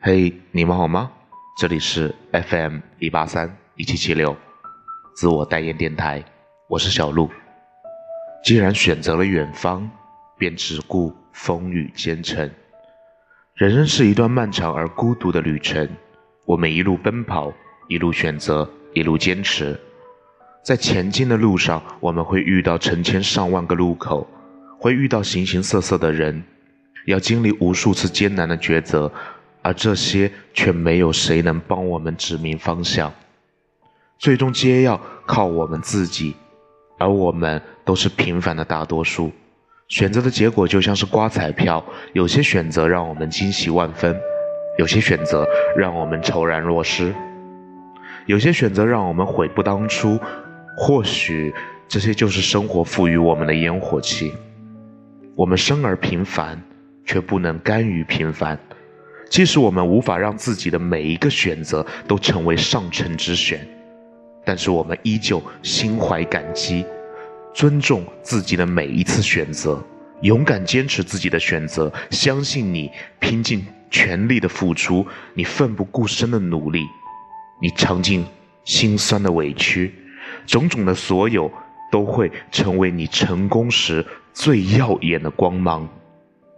嘿，你们好吗？这里是 FM1831776自我代言电台，我是小鹿。既然选择了远方，便只顾风雨兼程。人生是一段漫长而孤独的旅程，我们一路奔跑，一路选择，一路坚持。在前进的路上，我们会遇到成千上万个路口，会遇到形形色色的人，要经历无数次艰难的抉择，而这些却没有谁能帮我们指明方向，最终皆要靠我们自己，而我们都是平凡的大多数。选择的结果就像是刮彩票，有些选择让我们惊喜万分，有些选择让我们怅然若失，有些选择让我们悔不当初。或许这些就是生活赋予我们的烟火气。我们生而平凡，却不能甘于平凡。即使我们无法让自己的每一个选择都成为上乘之选，但是我们依旧心怀感激，尊重自己的每一次选择，勇敢坚持自己的选择，相信你拼尽全力的付出，你奋不顾身的努力，你尝尽心酸的委屈，种种的所有都会成为你成功时最耀眼的光芒。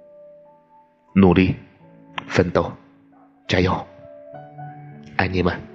努力奋斗，加油，爱你们。